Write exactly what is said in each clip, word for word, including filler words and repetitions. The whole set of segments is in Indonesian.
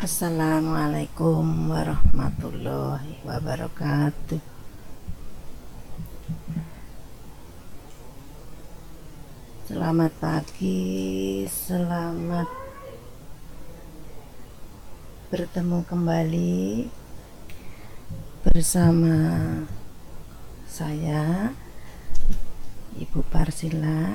Assalamualaikum warahmatullahi wabarakatuh. Selamat pagi, selamat bertemu kembali bersama saya, Ibu Parsila.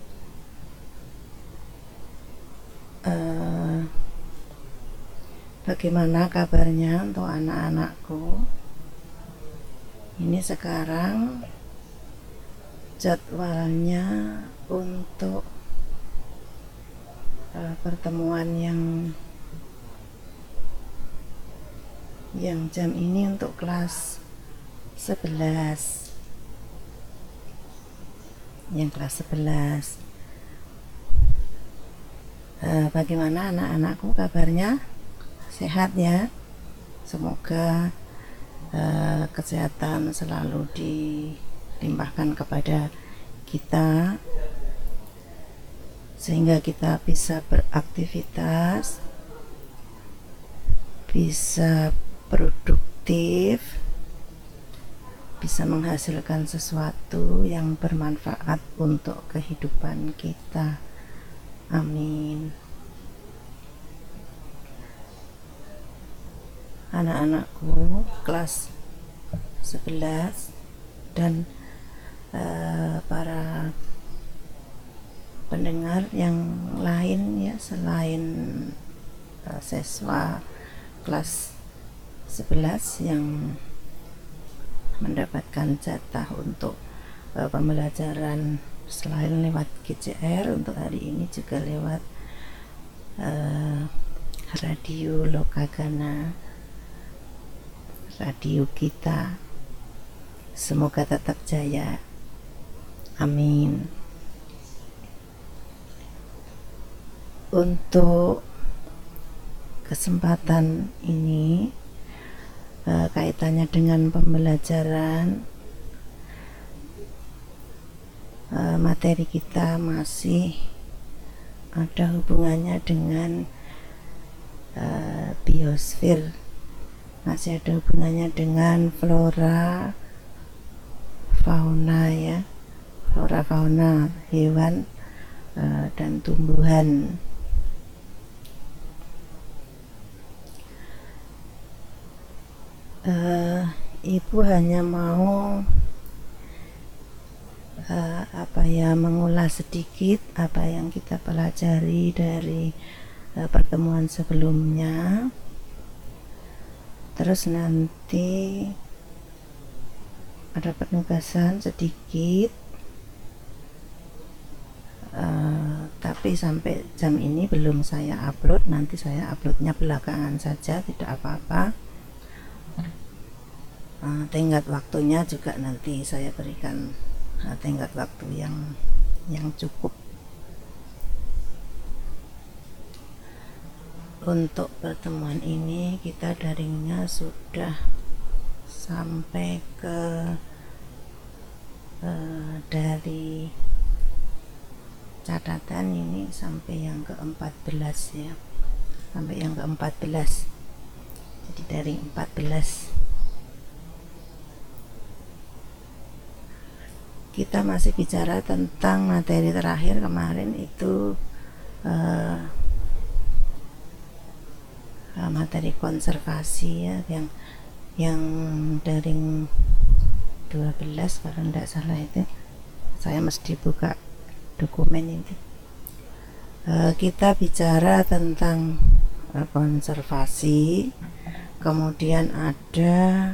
Uh, Bagaimana kabarnya untuk anak-anakku? Ini sekarang jadwalnya untuk uh, pertemuan yang yang jam ini untuk kelas sebelas. Yang kelas sebelas. Uh, bagaimana anak-anakku kabarnya? Sehat ya, semoga uh, kesehatan selalu dilimpahkan kepada kita sehingga kita bisa beraktivitas, bisa produktif, bisa menghasilkan sesuatu yang bermanfaat untuk kehidupan kita. Amin. Anak-anakku kelas sebelas dan uh, para pendengar yang lain ya, selain uh, siswa kelas sebelas yang mendapatkan jatah untuk uh, pembelajaran selain lewat G C R, untuk hari ini juga lewat uh, radio Lokagana, radio kita. Semoga tetap jaya. Amin. Untuk kesempatan ini eh, kaitannya dengan pembelajaran, eh, materi kita masih ada hubungannya dengan eh, biosfer, masih ada hubungannya dengan flora fauna ya, flora fauna hewan uh, dan tumbuhan. Uh, Ibu hanya mau uh, apa ya mengulas sedikit apa yang kita pelajari dari uh, pertemuan sebelumnya. Terus nanti ada penugasan sedikit, uh, tapi sampai jam ini belum saya upload. Nanti saya uploadnya belakangan saja, tidak apa-apa. Uh, tenggat waktunya juga nanti saya berikan uh, tenggat waktu yang yang cukup. Untuk pertemuan ini kita daringnya sudah sampai ke uh, dari catatan ini sampai yang ke empat belas ya, sampai yang ke empat belas. Jadi dari empat belas kita masih bicara tentang materi terakhir kemarin itu uh, materi konservasi ya, yang yang daring dua belas kalau tidak salah itu. Saya mesti buka dokumen ini. E, kita bicara tentang e, konservasi, kemudian ada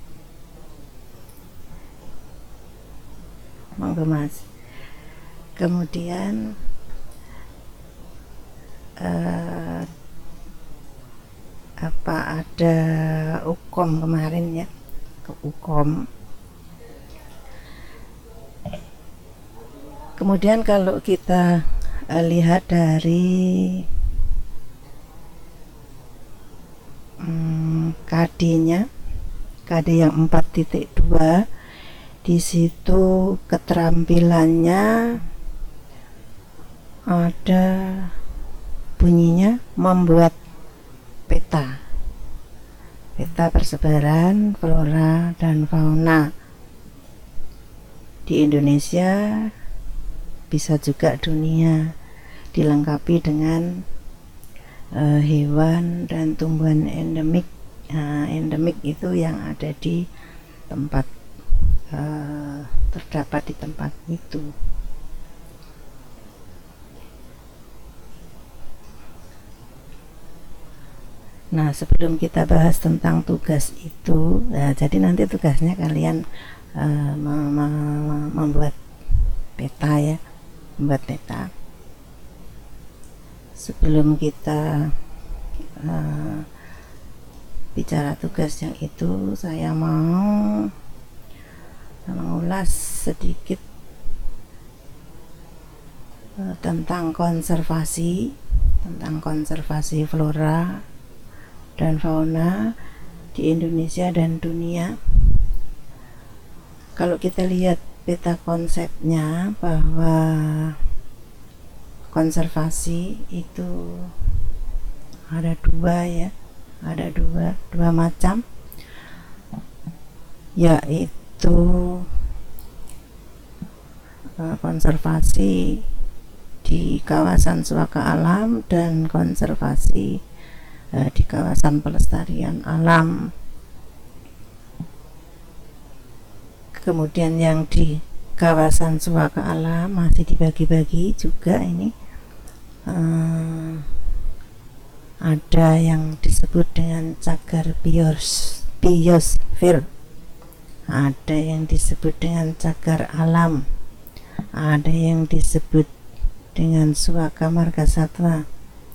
menggemas, kemudian e, apa ada ukom kemarin ya, ke ukom. Kemudian kalau kita uh, lihat dari um, K D-nya, K D yang empat titik dua, di situ keterampilannya ada bunyinya membuat peta peta persebaran flora dan fauna di Indonesia, bisa juga dunia, dilengkapi dengan uh, hewan dan tumbuhan endemik. Nah, endemik itu yang ada di tempat uh, terdapat di tempat itu. Nah, sebelum kita bahas tentang tugas itu, nah, jadi nanti tugasnya kalian uh, membuat peta ya, membuat peta. Sebelum kita uh, bicara tugas yang itu, saya mau mengulas sedikit uh, tentang konservasi, tentang konservasi flora dan fauna di Indonesia dan dunia. Kalau kita lihat peta konsepnya, bahwa konservasi itu ada dua ya, ada dua dua macam, yaitu konservasi di kawasan suaka alam dan konservasi di kawasan pelestarian alam. Kemudian yang di kawasan suaka alam masih dibagi-bagi juga ini, uh, ada yang disebut dengan cagar bios biosfer, ada yang disebut dengan cagar alam, ada yang disebut dengan suaka margasatwa.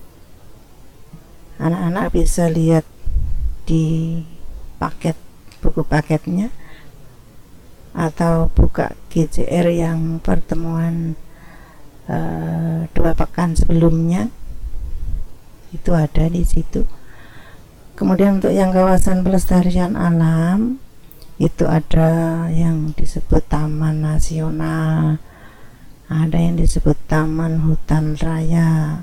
Anak-anak bisa lihat di paket buku paketnya atau buka G C R yang pertemuan uh, dua pekan sebelumnya, itu ada di situ. Kemudian untuk yang kawasan pelestarian alam itu ada yang disebut taman nasional, ada yang disebut taman hutan raya,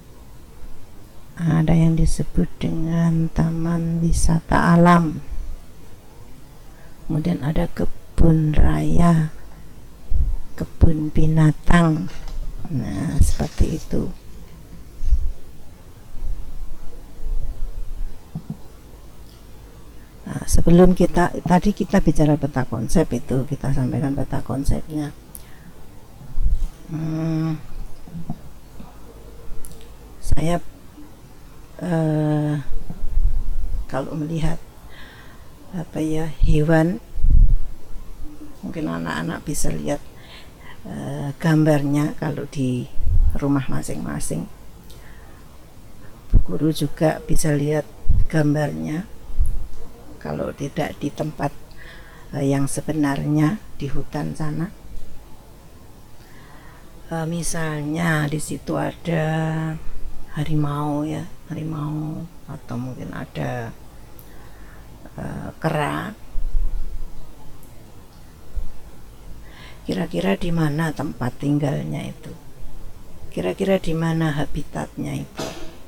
ada yang disebut dengan taman wisata alam, kemudian ada kebun raya, kebun binatang. Nah, seperti itu. Nah, sebelum kita tadi kita bicara peta konsep itu, kita sampaikan peta konsepnya. Hmm, saya Uh, kalau melihat apa ya hewan, mungkin anak-anak bisa lihat uh, gambarnya kalau di rumah masing-masing. Guru juga bisa lihat gambarnya kalau tidak di tempat uh, yang sebenarnya di hutan sana. Uh, misalnya di situ ada harimau ya, harimau atau mungkin ada uh, kera. Kira-kira di mana tempat tinggalnya itu? Kira-kira di mana habitatnya itu?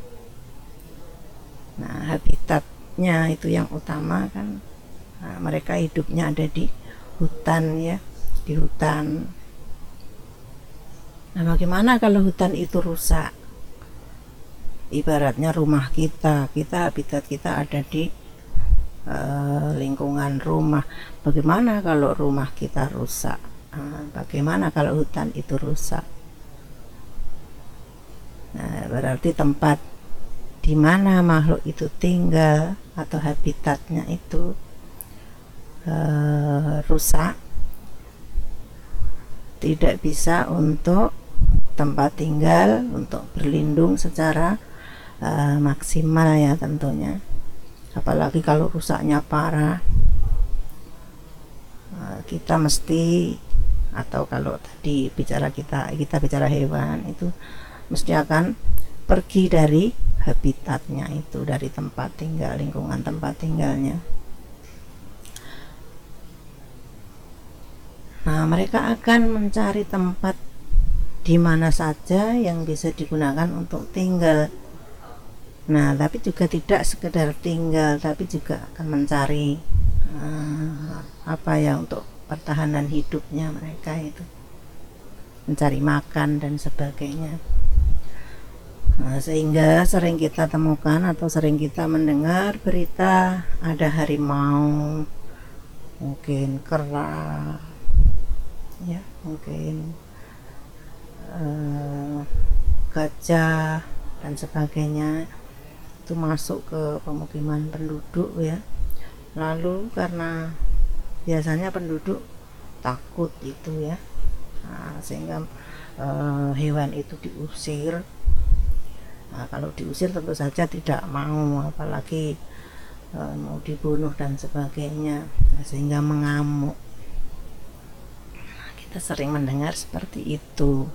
Nah, habitatnya itu yang utama kan. Nah, mereka hidupnya ada di hutan ya, di hutan. Nah, bagaimana kalau hutan itu rusak? Ibaratnya rumah kita, kita habitat kita ada di uh, lingkungan rumah. Bagaimana kalau rumah kita rusak? Uh, bagaimana kalau hutan itu rusak? Nah, berarti tempat di mana makhluk itu tinggal atau habitatnya itu uh, rusak, tidak bisa untuk tempat tinggal, untuk berlindung secara Uh, maksimal ya tentunya. Apalagi kalau rusaknya parah, uh, kita mesti, atau kalau tadi bicara kita kita bicara hewan, itu mesti akan pergi dari habitatnya itu, dari tempat tinggal, lingkungan tempat tinggalnya. Nah, mereka akan mencari tempat di mana saja yang bisa digunakan untuk tinggal. Nah, tapi juga tidak sekedar tinggal, tapi juga akan mencari uh, apa ya untuk pertahanan hidupnya mereka itu, mencari makan dan sebagainya. Nah, sehingga sering kita temukan atau sering kita mendengar berita ada harimau, mungkin kera, ya mungkin uh, gajah dan sebagainya itu masuk ke pemukiman penduduk ya. Lalu karena biasanya penduduk takut itu ya, nah, sehingga uh, hewan itu diusir. Nah, kalau diusir tentu saja tidak mau, apalagi uh, mau dibunuh dan sebagainya, nah, sehingga mengamuk. Nah, kita sering mendengar seperti itu.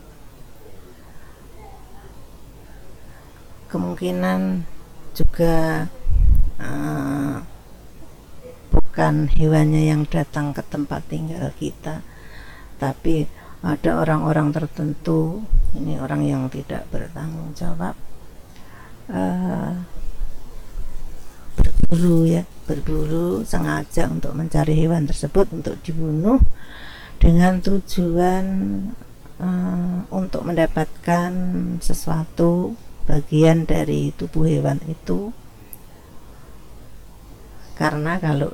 Kemungkinan juga uh, bukan hewannya yang datang ke tempat tinggal kita, tapi ada orang-orang tertentu, ini orang yang tidak bertanggung jawab, uh, berburu ya, berburu sengaja untuk mencari hewan tersebut untuk dibunuh dengan tujuan uh, untuk mendapatkan sesuatu bagian dari tubuh hewan itu, karena kalau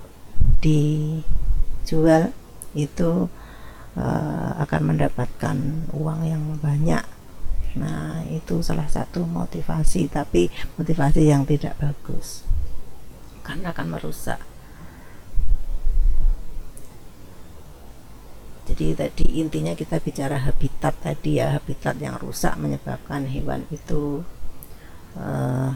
dijual itu uh, akan mendapatkan uang yang banyak. Nah, itu salah satu motivasi, tapi motivasi yang tidak bagus karena akan merusak. Jadi tadi intinya kita bicara habitat tadi ya, habitat yang rusak menyebabkan hewan itu Uh,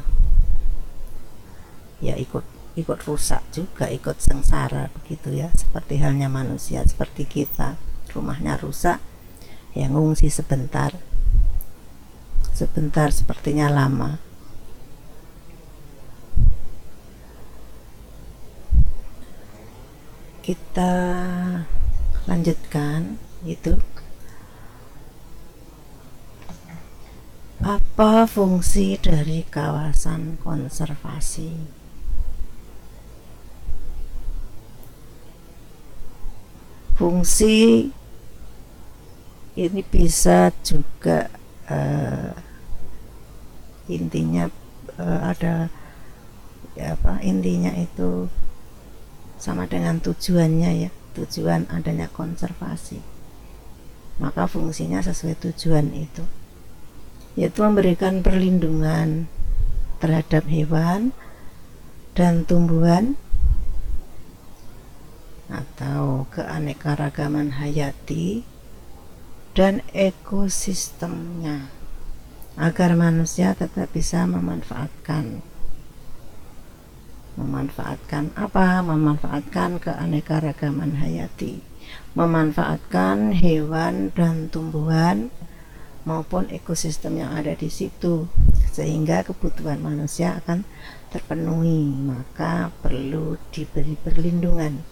ya ikut ikut rusak juga, ikut sengsara begitu ya, seperti halnya manusia, seperti kita, rumahnya rusak ya ngungsi sebentar sebentar sepertinya lama. Kita lanjutkan itu. Apa fungsi dari kawasan konservasi? Fungsi ini bisa juga uh, intinya uh, ada ya apa intinya itu sama dengan tujuannya ya, tujuan adanya konservasi. Maka fungsinya sesuai tujuan itu, yaitu memberikan perlindungan terhadap hewan dan tumbuhan atau keanekaragaman hayati dan ekosistemnya, agar manusia tetap bisa memanfaatkan memanfaatkan apa? Memanfaatkan keanekaragaman hayati, memanfaatkan hewan dan tumbuhan maupun ekosistem yang ada di situ, sehingga kebutuhan manusia akan terpenuhi. Maka perlu diberi perlindungan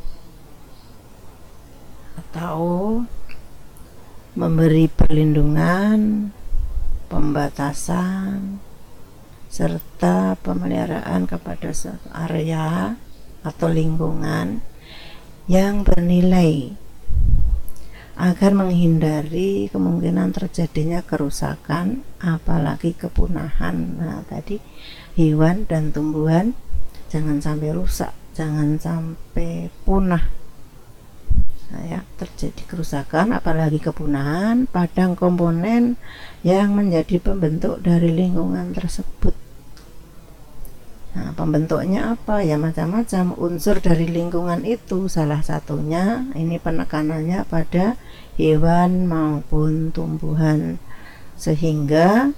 atau memberi perlindungan, pembatasan, serta pemeliharaan kepada suatu area atau lingkungan yang bernilai, agar menghindari kemungkinan terjadinya kerusakan, apalagi kepunahan. Nah, tadi hewan dan tumbuhan jangan sampai rusak, jangan sampai punah. Nah, ya, terjadi kerusakan apalagi kepunahan pada komponen yang menjadi pembentuk dari lingkungan tersebut. Nah, pembentuknya apa? Ya macam-macam unsur dari lingkungan itu. Salah satunya ini penekanannya pada hewan maupun tumbuhan, sehingga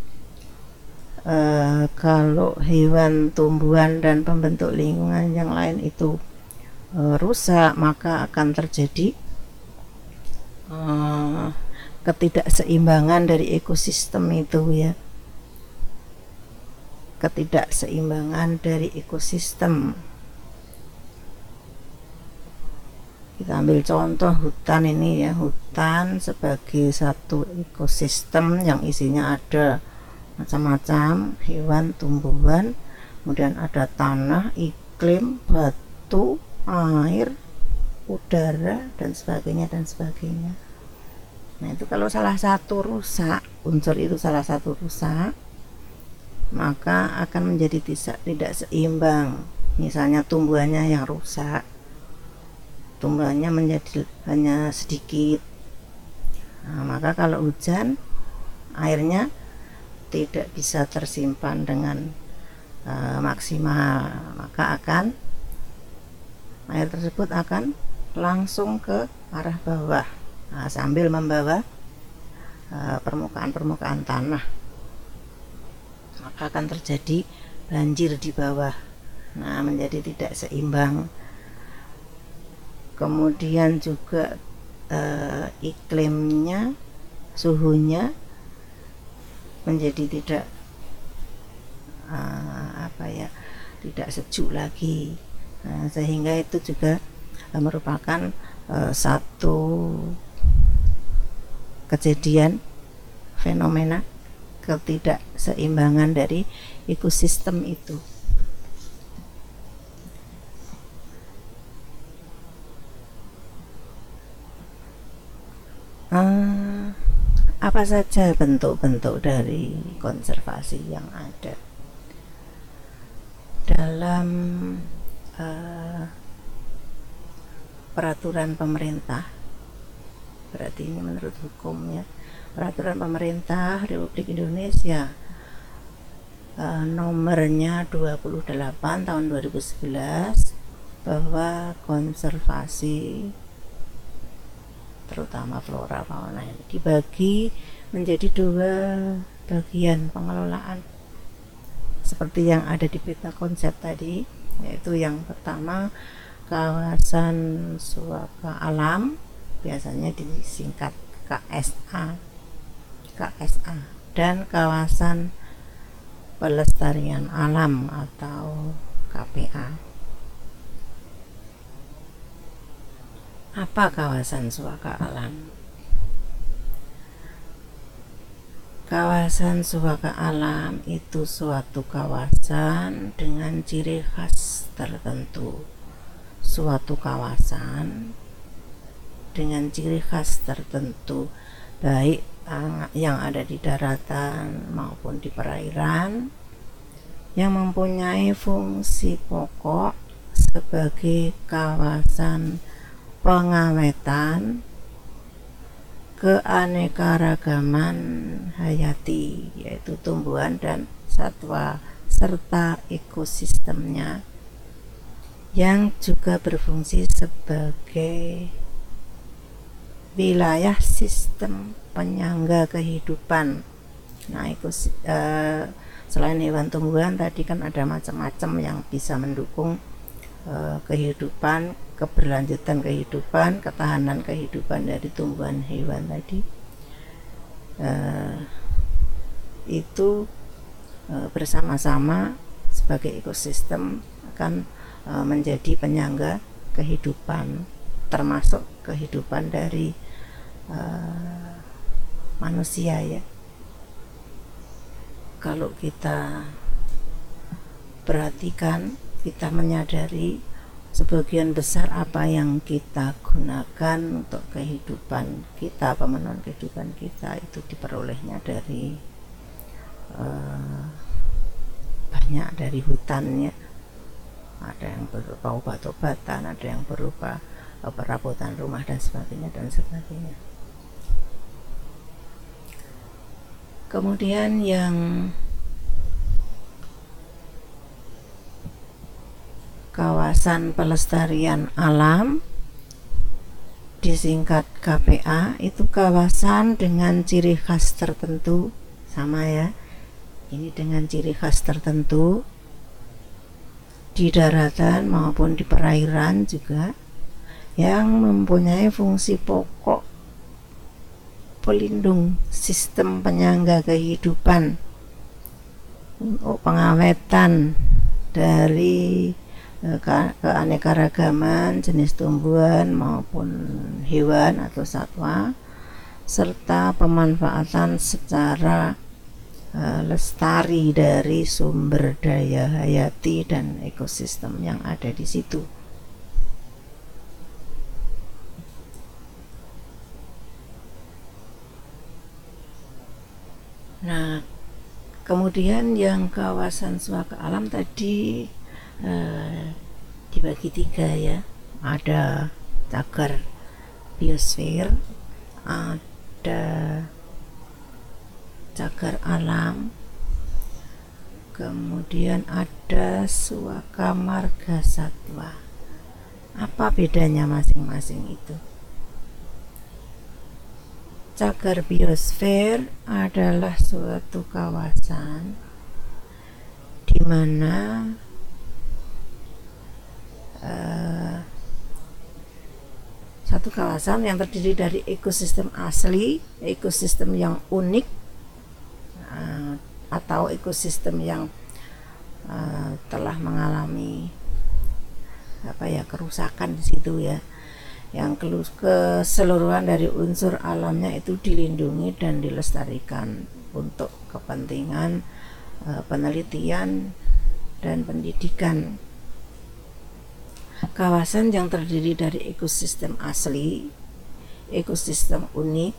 eh, kalau hewan, tumbuhan dan pembentuk lingkungan yang lain itu eh, rusak, maka akan terjadi eh, ketidakseimbangan dari ekosistem itu ya. ketidakseimbangan dari ekosistem. Kita ambil contoh hutan ini ya, hutan sebagai satu ekosistem yang isinya ada macam-macam hewan, tumbuhan, kemudian ada tanah, iklim, batu, air, udara, dan sebagainya dan sebagainya. Nah itu kalau salah satu rusak, unsur itu salah satu rusak, maka akan menjadi tidak, tidak seimbang. Misalnya tumbuhannya yang rusak, tumbuhannya menjadi hanya sedikit. Nah, maka kalau hujan, airnya tidak bisa tersimpan dengan uh, maksimal, maka akan air tersebut akan langsung ke arah bawah, nah, sambil membawa permukaan-permukaan uh, tanah, maka akan terjadi banjir di bawah. Nah, menjadi tidak seimbang. Kemudian juga uh, iklimnya, suhunya menjadi tidak uh, apa ya, tidak sejuk lagi. Nah, sehingga itu juga uh, merupakan uh, satu kejadian fenomena ketidakseimbangan dari ekosistem itu. Uh, apa saja bentuk-bentuk dari konservasi yang ada dalam uh, peraturan pemerintah? Berarti ini menurut hukumnya, peraturan pemerintah Republik Indonesia uh, nomornya dua puluh delapan tahun dua ribu sebelas, bahwa konservasi terutama flora fauna ini dibagi menjadi dua bagian pengelolaan seperti yang ada di peta konsep tadi, yaitu yang pertama kawasan suaka alam, biasanya disingkat K S A K S A, dan kawasan pelestarian alam atau K P A. Apa kawasan suaka alam? Kawasan suaka alam itu suatu kawasan dengan ciri khas tertentu. Suatu kawasan dengan ciri khas tertentu, baik yang ada di daratan maupun di perairan, yang mempunyai fungsi pokok sebagai kawasan pengawetan keanekaragaman hayati, yaitu tumbuhan dan satwa serta ekosistemnya, yang juga berfungsi sebagai wilayah sistem penyangga kehidupan. Nah, ekosistem, eh, selain hewan tumbuhan tadi kan ada macam-macam yang bisa mendukung eh, kehidupan, keberlanjutan kehidupan, ketahanan kehidupan dari tumbuhan hewan tadi. Uh, itu uh, bersama-sama sebagai ekosistem akan uh, menjadi penyangga kehidupan, termasuk kehidupan dari uh, manusia ya. Kalau kita perhatikan, kita menyadari sebagian besar apa yang kita gunakan untuk kehidupan kita, pemenuhan kehidupan kita, itu diperolehnya dari uh, banyak dari hutannya. Ada yang berupa obat-obatan, ada yang berupa uh, perabotan rumah dan sebagainya dan sebagainya. Kemudian yang kawasan pelestarian alam disingkat K P A, itu kawasan dengan ciri khas tertentu, sama ya, ini dengan ciri khas tertentu di daratan maupun di perairan juga, yang mempunyai fungsi pokok pelindung sistem penyangga kehidupan, pengawetan dari ke keanekaragaman jenis tumbuhan maupun hewan atau satwa, serta pemanfaatan secara uh, lestari dari sumber daya hayati dan ekosistem yang ada di situ. Nah, kemudian yang kawasan suaka alam tadi uh, dibagi tiga ya. Ada cagar biosfer, ada cagar alam, kemudian ada suaka marga satwa. Apa bedanya masing-masing itu? Cagar biosfer adalah suatu kawasan di mana uh, satu kawasan yang terdiri dari ekosistem asli, ekosistem yang unik, uh, atau ekosistem yang uh, telah mengalami apa ya kerusakan di situ ya. Yang keseluruhan dari unsur alamnya itu dilindungi dan dilestarikan untuk kepentingan uh, penelitian dan pendidikan. Kawasan yang terdiri dari ekosistem asli, ekosistem unik,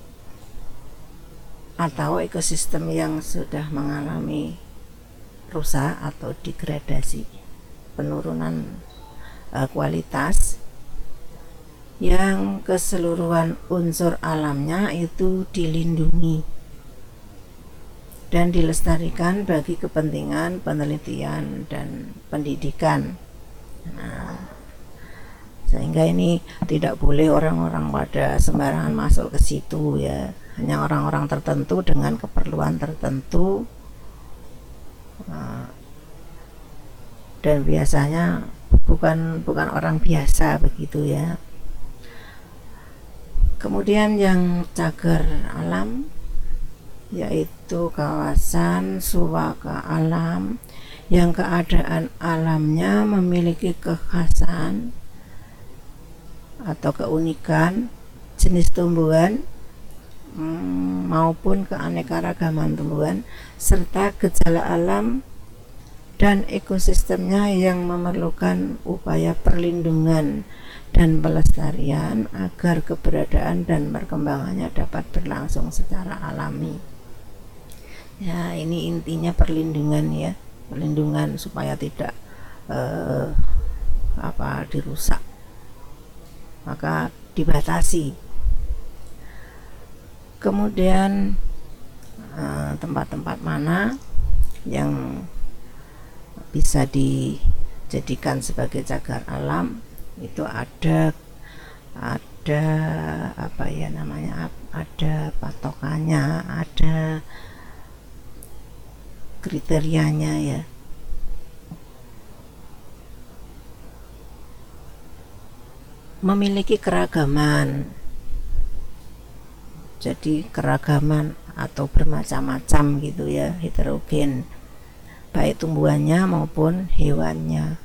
atau ekosistem yang sudah mengalami rusak atau degradasi, penurunan uh, kualitas, yang keseluruhan unsur alamnya itu dilindungi dan dilestarikan bagi kepentingan penelitian dan pendidikan. Nah, sehingga ini tidak boleh orang-orang pada sembarangan masuk ke situ ya, hanya orang-orang tertentu dengan keperluan tertentu, dan biasanya bukan bukan orang biasa begitu ya. Kemudian yang cagar alam yaitu kawasan suaka alam yang keadaan alamnya memiliki kekhasan atau keunikan jenis tumbuhan hmm, maupun keanekaragaman tumbuhan serta gejala alam dan ekosistemnya yang memerlukan upaya perlindungan dan pelestarian agar keberadaan dan perkembangannya dapat berlangsung secara alami. Ya, ini intinya perlindungan ya, perlindungan supaya tidak eh, apa dirusak, maka dibatasi. Kemudian eh, tempat-tempat mana yang bisa dijadikan sebagai cagar alam itu ada ada apa ya namanya ada patokannya, ada kriterianya ya. Memiliki keragaman, jadi keragaman atau bermacam-macam gitu ya, heterogen, baik tumbuhannya maupun hewannya.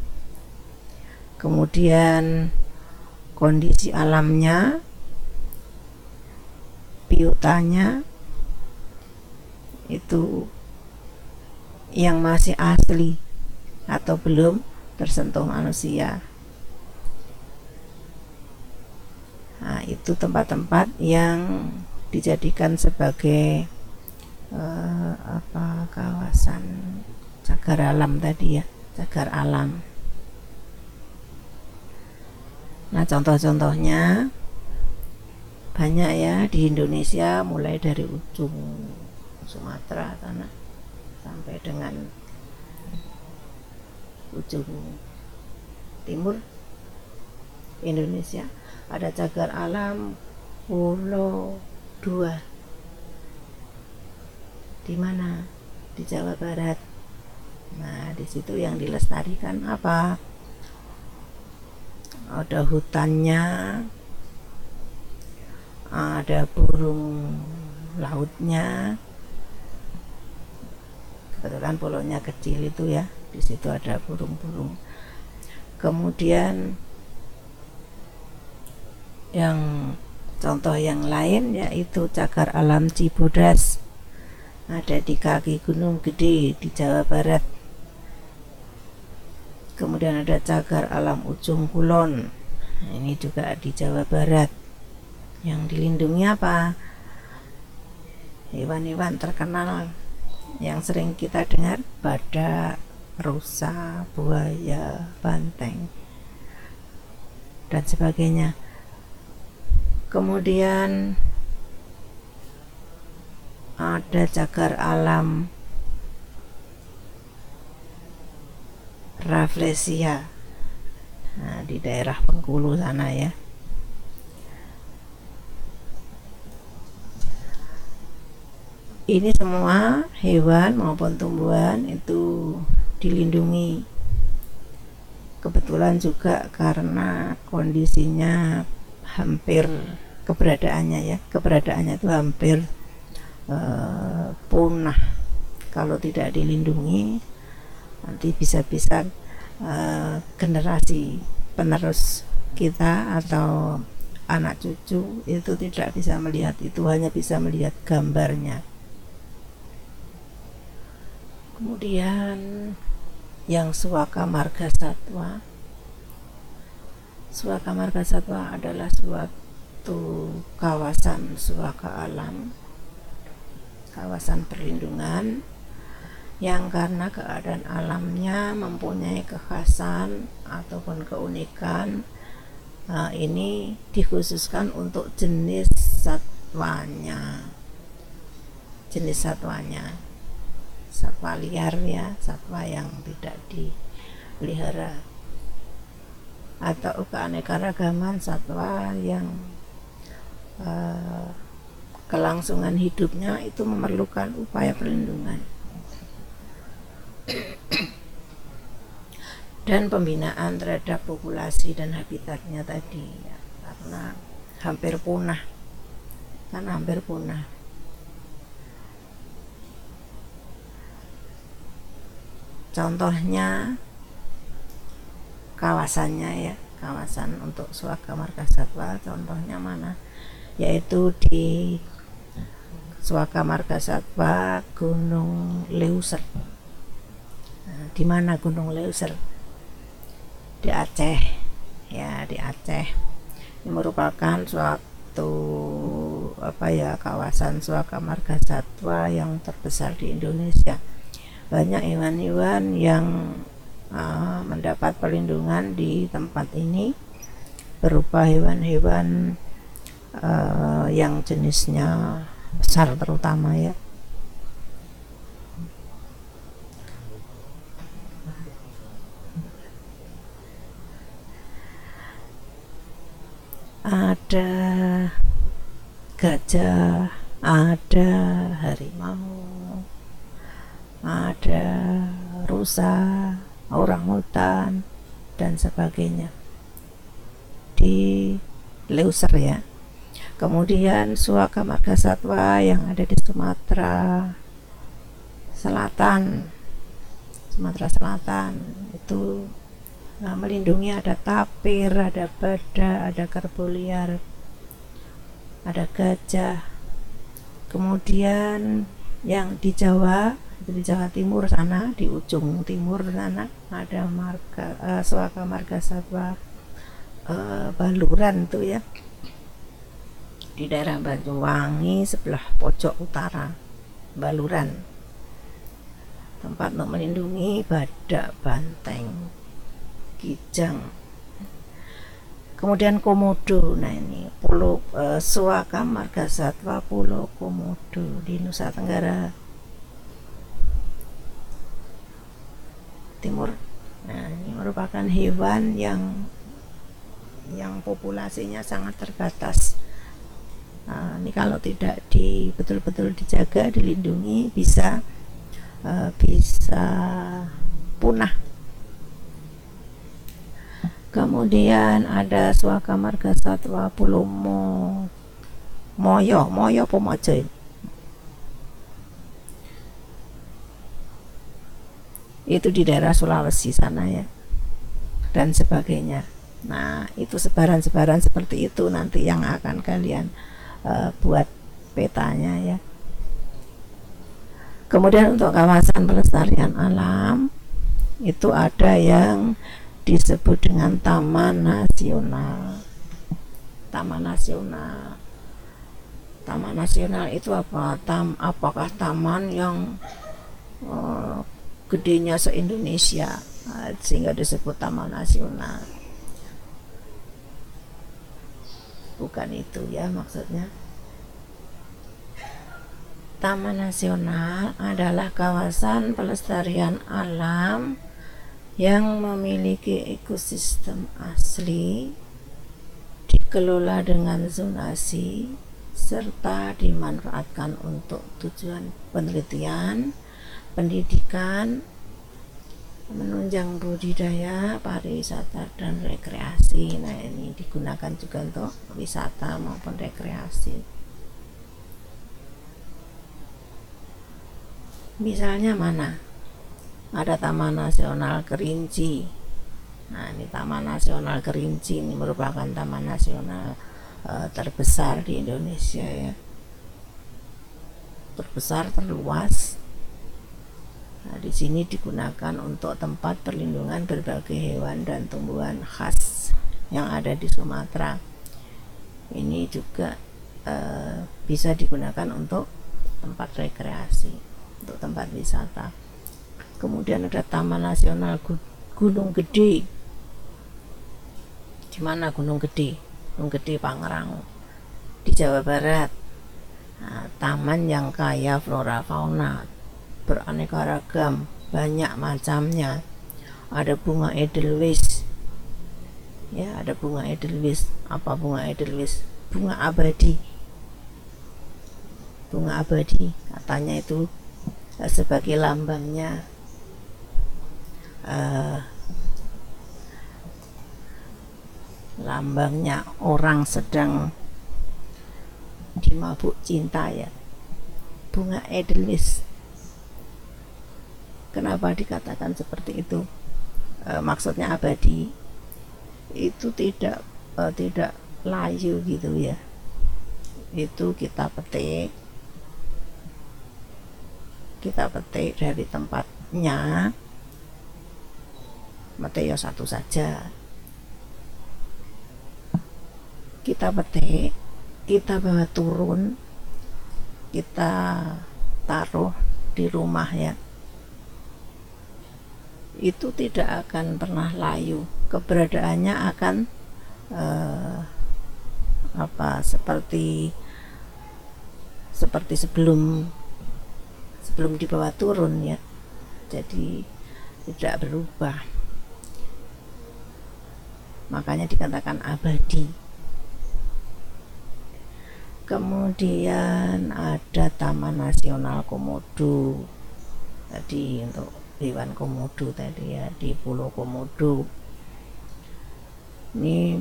Kemudian kondisi alamnya, biotanya itu yang masih asli atau belum tersentuh manusia. Nah, itu tempat-tempat yang dijadikan sebagai uh, apa kawasan cagar alam tadi ya, cagar alam. Nah, contoh-contohnya banyak ya di Indonesia, mulai dari ujung Sumatera sana sampai dengan ujung timur Indonesia. Ada cagar alam Pulau Dua. Di mana? Di Jawa Barat. Nah, di situ yang dilestarikan apa? Ada hutannya, ada burung lautnya. Kebetulan pulaunya kecil itu ya, di situ ada burung-burung. Kemudian yang contoh yang lain yaitu cagar alam Cibodas. ada di kaki Gunung Gede di Jawa Barat. Kemudian ada cagar alam Ujung Kulon, nah, ini juga di Jawa Barat. Yang dilindungi apa? Hewan-hewan terkenal yang sering kita dengar, badak, rusa, buaya, banteng, dan sebagainya. Kemudian ada cagar alam Rafflesia, nah, di daerah Bengkulu sana ya. Ini semua hewan maupun tumbuhan itu dilindungi. Kebetulan juga karena kondisinya hampir keberadaannya ya, keberadaannya itu hampir uh, punah. Kalau tidak dilindungi, nanti bisa-bisa uh, generasi penerus kita atau anak cucu itu tidak bisa melihat itu, hanya bisa melihat gambarnya. Kemudian yang Suaka Marga Satwa. Suaka Marga Satwa adalah suatu kawasan suaka alam, kawasan perlindungan yang karena keadaan alamnya mempunyai kekhasan ataupun keunikan. Nah, ini dikhususkan untuk jenis satwanya, jenis satwanya, satwa liar ya, satwa yang tidak dipelihara, atau keanekaragaman satwa yang uh, kelangsungan hidupnya itu memerlukan upaya perlindungan dan pembinaan terhadap populasi dan habitatnya tadi ya, karena hampir punah, kan hampir punah. Contohnya kawasannya ya, kawasan untuk Suaka Marga Satwa contohnya mana? Yaitu di Suaka Marga Satwa Gunung Leuser. Nah, di mana Gunung Leuser? Di Aceh ya, di Aceh. Ini merupakan suatu apa ya, kawasan Suaka Marga Satwa yang terbesar di Indonesia. Banyak hewan-hewan yang uh, mendapat perlindungan di tempat ini, berupa hewan-hewan uh, yang jenisnya besar terutama ya. Ada gajah, ada harimau, ada rusa, orangutan, dan sebagainya di Leuser ya. Kemudian Suaka Marga Satwa yang ada di Sumatera Selatan, Sumatera Selatan itu nah, melindungi ada tapir, ada badak, ada kerbau liar, ada gajah. Kemudian yang di Jawa, di Jawa Timur sana, di ujung timur sana ada marga uh, Suaka Marga Satwa uh, Baluran tuh ya, di daerah Banyuwangi sebelah pojok utara. Baluran, tempat untuk melindungi badak, banteng, kijang. Kemudian Komodo, nah ini Pulau uh, Suaka Marga Satwa Pulau Komodo di Nusa Tenggara Timur. Nah, ini merupakan hewan yang yang populasinya sangat terbatas. Nah, ini kalau tidak di betul-betul dijaga, dilindungi, bisa uh, bisa punah. Kemudian ada Suaka Marga Satwa Pulau Mo, Moyo, Moyo Pomojo. Itu di daerah Sulawesi sana ya, dan sebagainya. Nah, itu sebaran-sebaran seperti itu nanti yang akan kalian uh, buat petanya ya. Kemudian untuk kawasan pelestarian alam itu ada yang disebut dengan taman nasional. Taman nasional. Taman nasional itu apa? Tam, apakah taman yang uh, gedenya se-Indonesia uh, sehingga disebut taman nasional? Bukan itu ya maksudnya. Taman nasional adalah kawasan pelestarian alam yang memiliki ekosistem asli, dikelola dengan zonasi, serta dimanfaatkan untuk tujuan penelitian, pendidikan, menunjang budidaya, pariwisata, dan rekreasi. Nah, ini digunakan juga untuk wisata maupun rekreasi. Misalnya mana? Ada Taman Nasional Kerinci. Nah, ini Taman Nasional Kerinci ini merupakan taman nasional uh, terbesar di Indonesia ya. Terbesar, terluas. Nah, di sini digunakan untuk tempat perlindungan berbagai hewan dan tumbuhan khas yang ada di Sumatera. Ini juga uh, bisa digunakan untuk tempat rekreasi, untuk tempat wisata. Kemudian ada Taman Nasional Gunung Gede. Di mana Gunung Gede? Gunung Gede Pangrango di Jawa Barat. Nah, taman yang kaya flora fauna, beraneka ragam, banyak macamnya. Ada bunga edelweiss. Ya, ada bunga edelweiss. Apa bunga edelweiss? Bunga abadi. Bunga abadi katanya itu sebagai lambangnya uh, lambangnya orang sedang dimabuk cinta ya, bunga edelweiss. Kenapa dikatakan seperti itu? E, maksudnya abadi, itu tidak e, tidak layu gitu ya. Itu kita petik kita petik dari tempatnya, petik ya satu saja. Kita petik, kita bawa turun, kita taruh di rumah ya, itu tidak akan pernah layu. Keberadaannya akan eh, apa seperti seperti sebelum sebelum dibawa turun ya, jadi tidak berubah. Makanya dikatakan abadi. Kemudian ada Taman Nasional Komodo. Tadi untuk hewan komodo tadi ya, di Pulau Komodo. Ini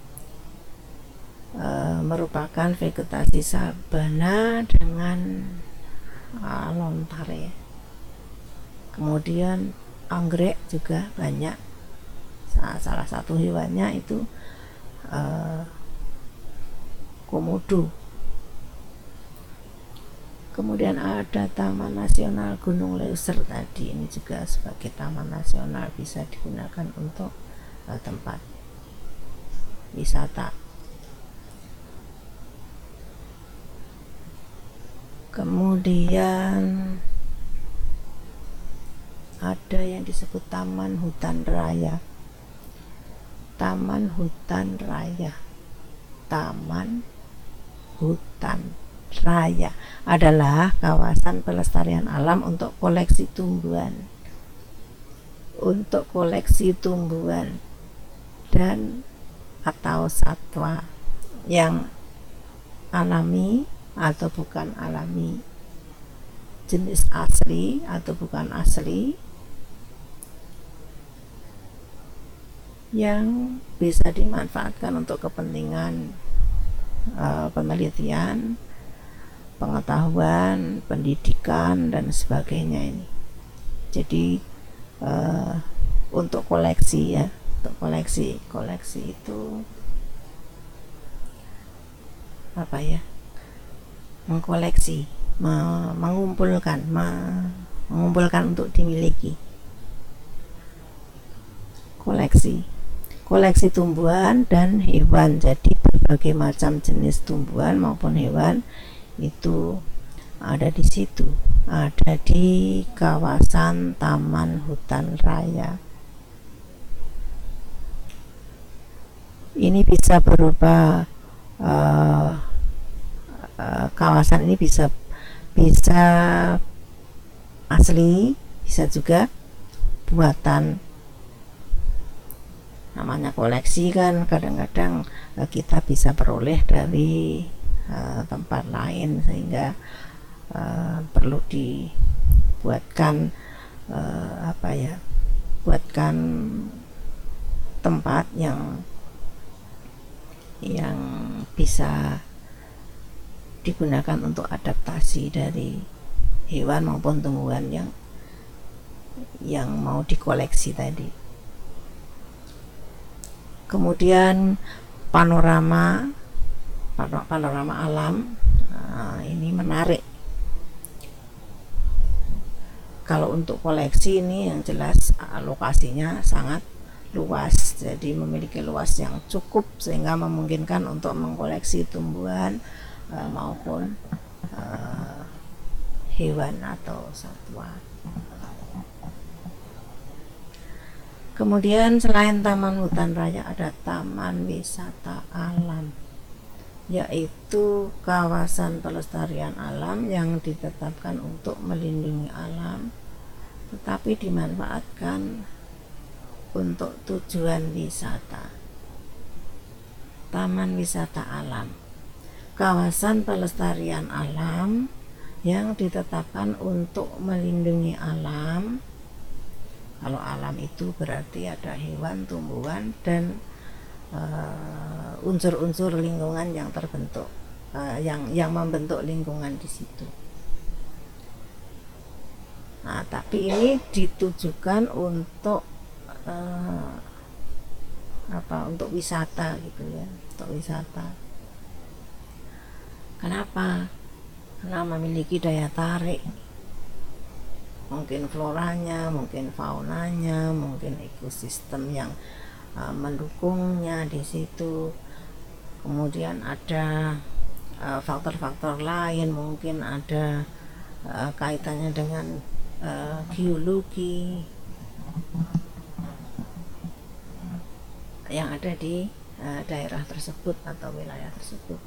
e, merupakan vegetasi sabana dengan uh, lontar ya. Kemudian anggrek juga banyak. Salah, salah satu hewannya itu uh, komodo. Kemudian ada Taman Nasional Gunung Leuser tadi, ini juga sebagai taman nasional, bisa digunakan untuk uh, tempat wisata. Kemudian ada yang disebut Taman Hutan Raya. Taman Hutan Raya. Taman Hutan Raya adalah kawasan pelestarian alam untuk koleksi tumbuhan. Untuk koleksi tumbuhan dan atau satwa yang alami atau bukan alami, jenis asli atau bukan asli, yang bisa dimanfaatkan untuk kepentingan uh, penelitian, pengetahuan, pendidikan dan sebagainya ini. Jadi uh, untuk koleksi ya, untuk koleksi koleksi itu apa ya? Mengkoleksi mengumpulkan mengumpulkan untuk dimiliki. Koleksi koleksi tumbuhan dan hewan, jadi berbagai macam jenis tumbuhan maupun hewan itu ada di situ, ada di kawasan taman hutan raya. Ini bisa berupa uh, uh, kawasan ini bisa bisa asli, bisa juga buatan. Namanya koleksi kan kadang-kadang uh, kita bisa peroleh dari uh, tempat lain, sehingga uh, perlu dibuatkan uh, apa ya buatkan tempat yang yang bisa digunakan untuk adaptasi dari hewan maupun tumbuhan yang yang mau dikoleksi tadi. Kemudian panorama panorama alam, nah, ini menarik. Kalau untuk koleksi ini yang jelas lokasinya sangat luas, jadi memiliki luas yang cukup sehingga memungkinkan untuk mengkoleksi tumbuhan uh, maupun uh, hewan atau satwa. Kemudian selain taman hutan raya ada taman wisata alam, yaitu kawasan pelestarian alam yang ditetapkan untuk melindungi alam tetapi dimanfaatkan untuk tujuan wisata. Taman wisata alam, kawasan pelestarian alam yang ditetapkan untuk melindungi alam. Kalau alam itu berarti ada hewan, tumbuhan, dan uh, unsur-unsur lingkungan yang terbentuk, uh, yang yang membentuk lingkungan di situ. Nah, tapi ini ditujukan untuk uh, apa? Untuk wisata gitu ya, untuk wisata. Kenapa? Karena memiliki daya tarik. Mungkin floranya, mungkin faunanya, mungkin ekosistem yang uh, mendukungnya di situ. Kemudian ada uh, faktor-faktor lain, mungkin ada uh, kaitannya dengan uh, geologi yang ada di uh, daerah tersebut atau wilayah tersebut.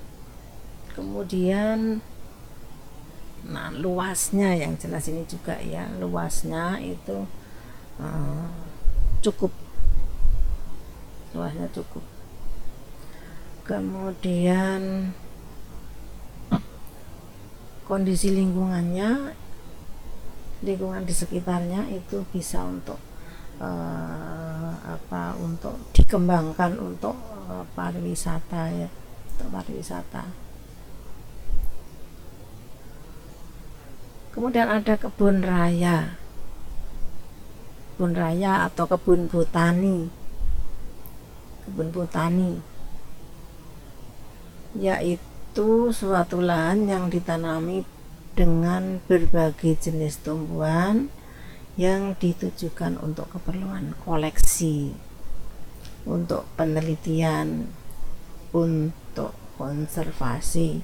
Kemudian nah luasnya yang jelas ini juga ya, luasnya itu uh, cukup luasnya cukup kemudian kondisi lingkungannya, lingkungan di sekitarnya itu bisa untuk uh, apa untuk dikembangkan untuk uh, pariwisata ya, untuk pariwisata. Kemudian ada kebun raya, kebun raya atau kebun botani, kebun botani, yaitu suatu lahan yang ditanami dengan berbagai jenis tumbuhan yang ditujukan untuk keperluan koleksi, untuk penelitian, untuk konservasi.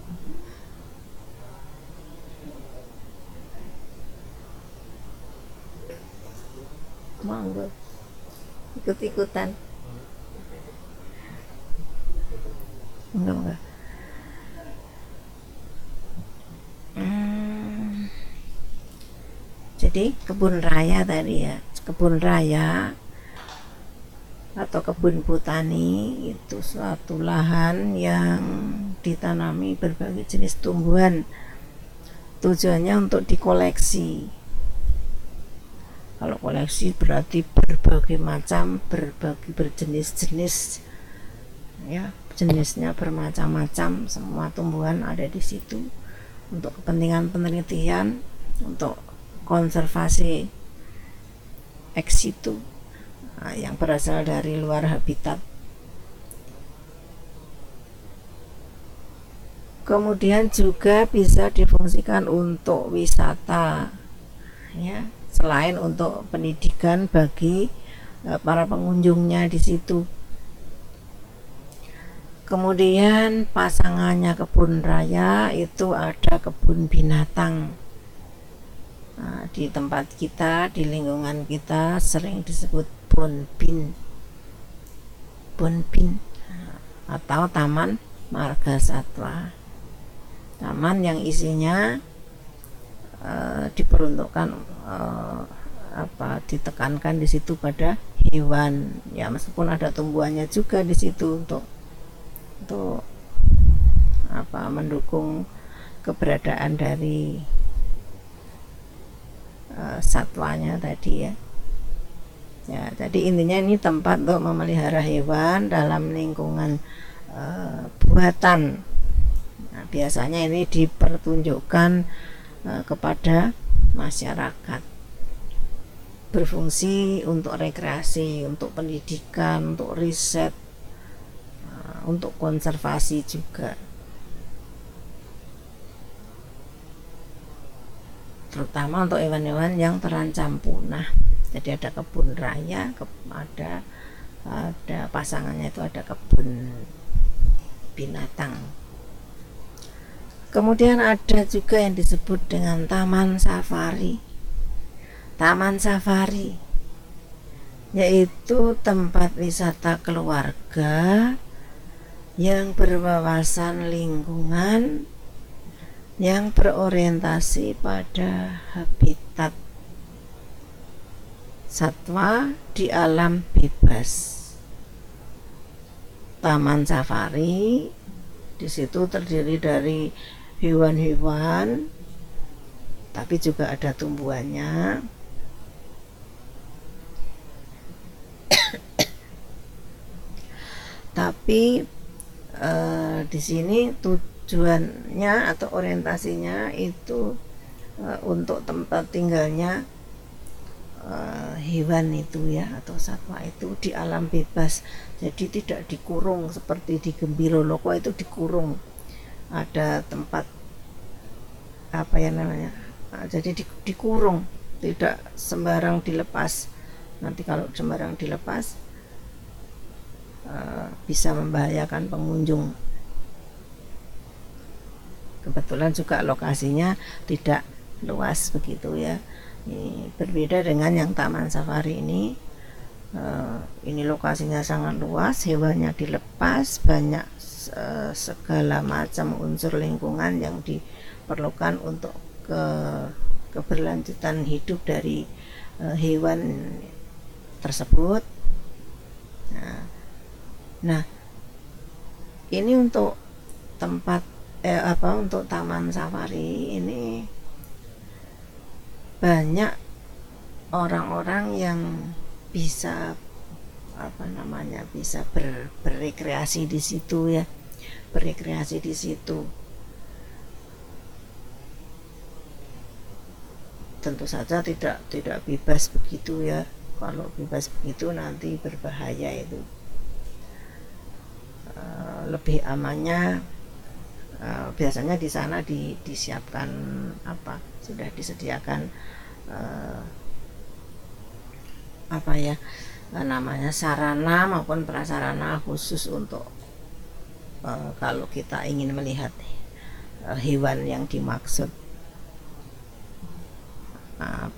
Monggo ikut-ikutan. Enggak, enggak. Hmm. Jadi kebun raya tadi ya, kebun raya atau kebun botani itu suatu lahan yang ditanami berbagai jenis tumbuhan. Tujuannya untuk dikoleksi. Kalau koleksi berarti berbagai macam, berbagai berjenis-jenis, ya jenisnya bermacam-macam, semua tumbuhan ada di situ untuk kepentingan penelitian, untuk konservasi ex situ, nah, yang berasal dari luar habitat. Kemudian juga bisa difungsikan untuk wisata, ya, selain untuk pendidikan bagi uh, para pengunjungnya di situ. Kemudian pasangannya kebun raya itu ada kebun binatang. Nah, di tempat kita, di lingkungan kita sering disebut bonbin, bonbin atau taman marga satwa. Taman yang isinya uh, diperuntukkan uh, apa ditekankan di situ pada hewan, ya, meskipun ada tumbuhannya juga di situ untuk untuk apa mendukung keberadaan dari uh, satwanya tadi, ya. Ya, jadi intinya ini tempat untuk memelihara hewan dalam lingkungan uh, buatan. Nah, biasanya ini dipertunjukkan uh, kepada masyarakat, berfungsi untuk rekreasi, untuk pendidikan, untuk riset, uh, untuk konservasi juga, terutama untuk hewan-hewan yang terancam punah. Jadi ada kebun raya, ada ada pasangannya itu ada kebun binatang. Kemudian ada juga yang disebut dengan taman safari. Taman safari yaitu tempat wisata keluarga yang berwawasan lingkungan, yang berorientasi pada habitat satwa di alam bebas. Taman safari di situ terdiri dari hewan-hewan, tapi juga ada tumbuhannya. Tapi eh, di sini tujuannya atau orientasinya itu eh, untuk tempat tinggalnya uh, hewan itu, ya, atau satwa itu di alam bebas. Jadi tidak dikurung seperti di Gembira Loko itu dikurung, ada tempat apa ya namanya, nah, jadi di, dikurung, tidak sembarang dilepas. Nanti kalau sembarang dilepas uh, bisa membahayakan pengunjung. Kebetulan juga lokasinya tidak luas begitu, ya. Ini berbeda dengan yang taman safari ini. Uh, ini lokasinya sangat luas, hewannya dilepas, banyak uh, segala macam unsur lingkungan yang diperlukan untuk ke keberlanjutan hidup dari uh, hewan tersebut. Nah, nah ini untuk tempat eh, apa untuk taman safari ini banyak orang-orang yang bisa apa namanya bisa ber, berrekreasi di situ, ya, berrekreasi di situ. Tentu saja tidak tidak bebas begitu, ya. Kalau bebas begitu nanti berbahaya itu. Uh, lebih amannya uh, biasanya di sana di, disiapkan apa sudah disediakan uh, apa ya namanya sarana maupun prasarana khusus untuk uh, kalau kita ingin melihat uh, hewan yang dimaksud. Nah,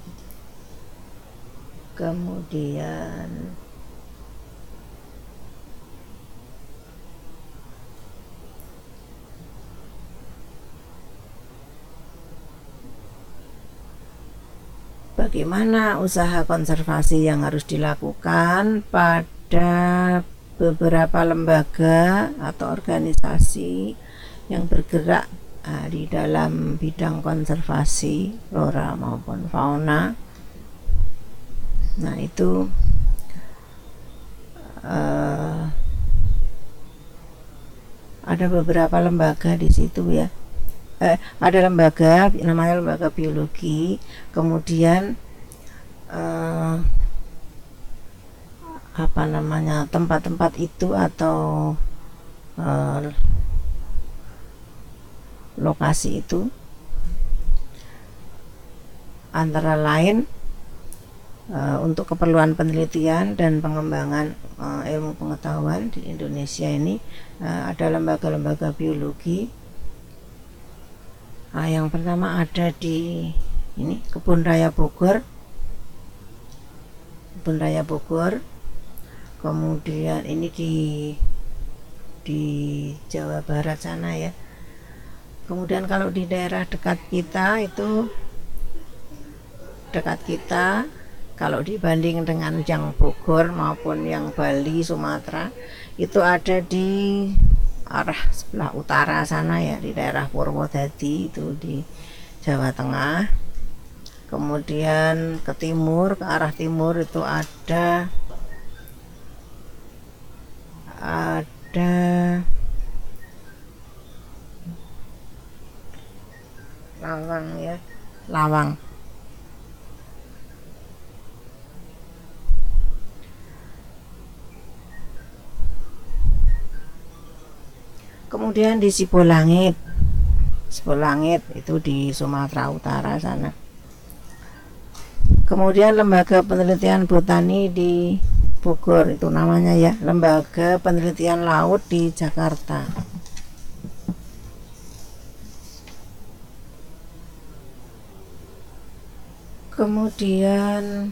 kemudian bagaimana usaha konservasi yang harus dilakukan pada beberapa lembaga atau organisasi yang bergerak uh, di dalam bidang konservasi flora maupun fauna. Nah, itu uh, ada beberapa lembaga di situ, ya. Eh, ada lembaga namanya lembaga biologi, kemudian eh, apa namanya tempat-tempat itu atau eh, lokasi itu antara lain uh, untuk keperluan penelitian dan pengembangan uh, ilmu pengetahuan di Indonesia ini uh, ada lembaga-lembaga biologi. Uh, yang pertama ada di ini Kebun Raya Bogor, Kebun Raya Bogor. Kemudian ini di di Jawa Barat sana ya. Kemudian kalau di daerah dekat kita itu dekat kita kalau dibanding dengan yang Bogor maupun yang Bali, Sumatera itu ada di arah sebelah utara sana ya, di daerah Purwodadi itu di Jawa Tengah. Kemudian ke timur, ke arah timur itu ada ada Lawang ya, Lawang. Kemudian di Sibolangit, Sibolangit itu di Sumatera Utara sana. Kemudian lembaga penelitian botani di Bogor itu namanya ya, Lembaga Penelitian Laut di Jakarta. Kemudian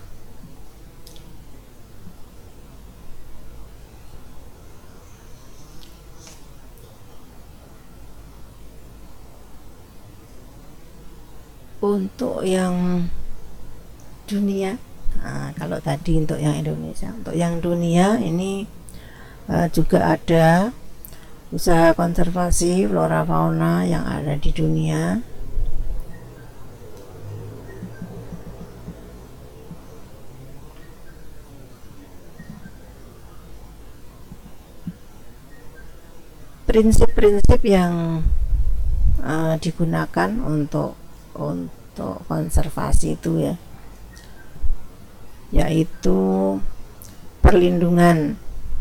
untuk yang dunia, nah, kalau tadi untuk yang Indonesia, untuk yang dunia ini uh, juga ada usaha konservasi flora fauna yang ada di dunia. Prinsip-prinsip yang uh, digunakan untuk untuk konservasi itu ya, yaitu perlindungan,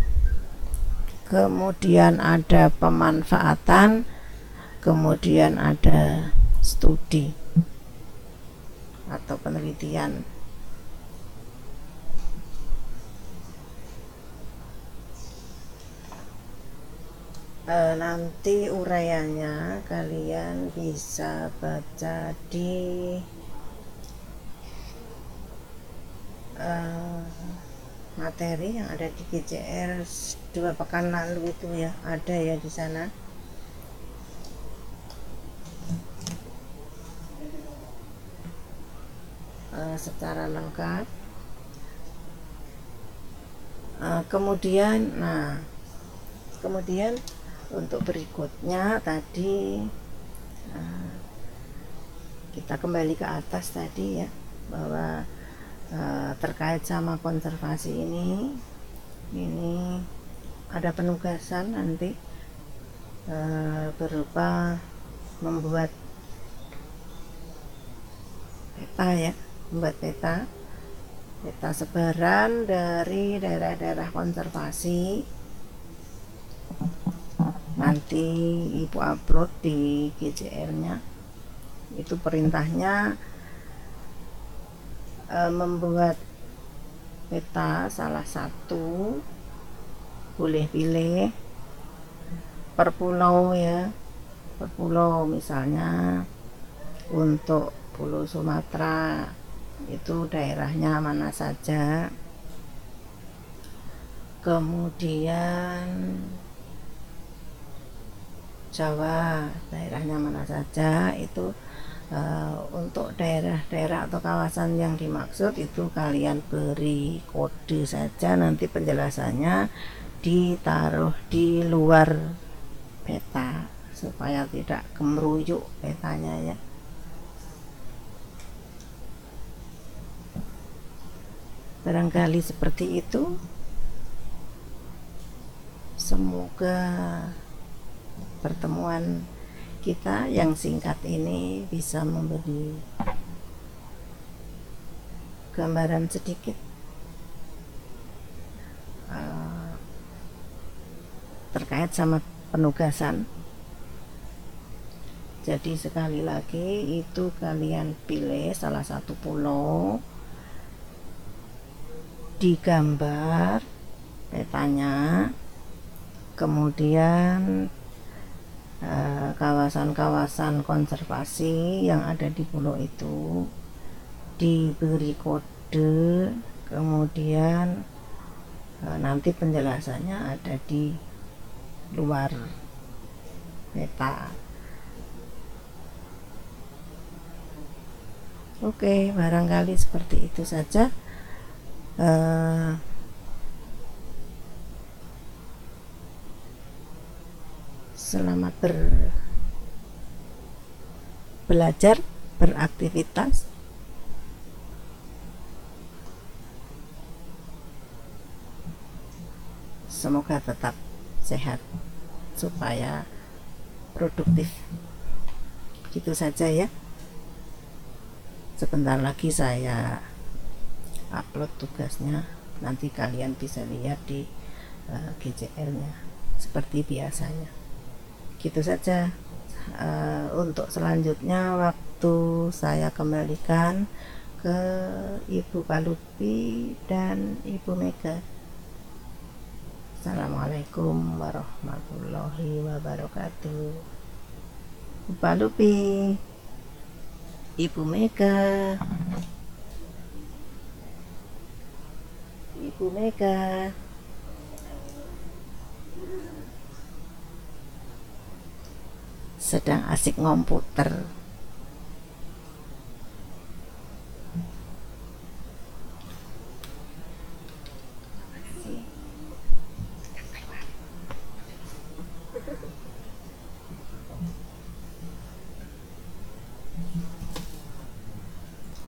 kemudian ada pemanfaatan, kemudian ada studi atau penelitian. E, nanti uraiannya kalian bisa baca di e, materi yang ada di G C R dua pekan lalu itu ya, ada ya di sana. E, secara lengkap. E, kemudian, nah, kemudian untuk berikutnya tadi uh, kita kembali ke atas tadi ya, bahwa uh, terkait sama konservasi ini ini ada penugasan nanti uh, berupa membuat peta ya, membuat peta peta sebaran dari daerah-daerah konservasi. Nanti ibu upload di G C R-nya. Itu perintahnya e, membuat peta salah satu, boleh pilih per pulau ya, per pulau. Misalnya untuk Pulau Sumatera itu daerahnya mana saja, kemudian Jawa daerahnya mana saja. Itu uh, untuk daerah-daerah atau kawasan yang dimaksud itu kalian beri kode saja, nanti penjelasannya ditaruh di luar peta supaya tidak kemeruyuk petanya ya. Barangkali seperti itu. Semoga pertemuan kita yang singkat ini bisa memberi gambaran sedikit uh, terkait sama penugasan. Jadi sekali lagi itu kalian pilih salah satu pulau, digambar petanya, kemudian eh, kawasan-kawasan konservasi yang ada di pulau itu diberi kode, kemudian eh, nanti penjelasannya ada di luar peta. Oke, barangkali seperti itu saja. Uh, selamat ber belajar, beraktivitas. Semoga tetap sehat supaya produktif. Gitu saja ya. Sebentar lagi saya upload tugasnya, nanti kalian bisa lihat di uh, G C L-nya seperti biasanya. Gitu saja. Uh, untuk selanjutnya waktu saya kembalikan ke Ibu Palupi dan Ibu Mega. Assalamualaikum warahmatullahi wabarakatuh. Ibu Palupi, Ibu Mega, Ibu Mega, sedang asik ngomputer.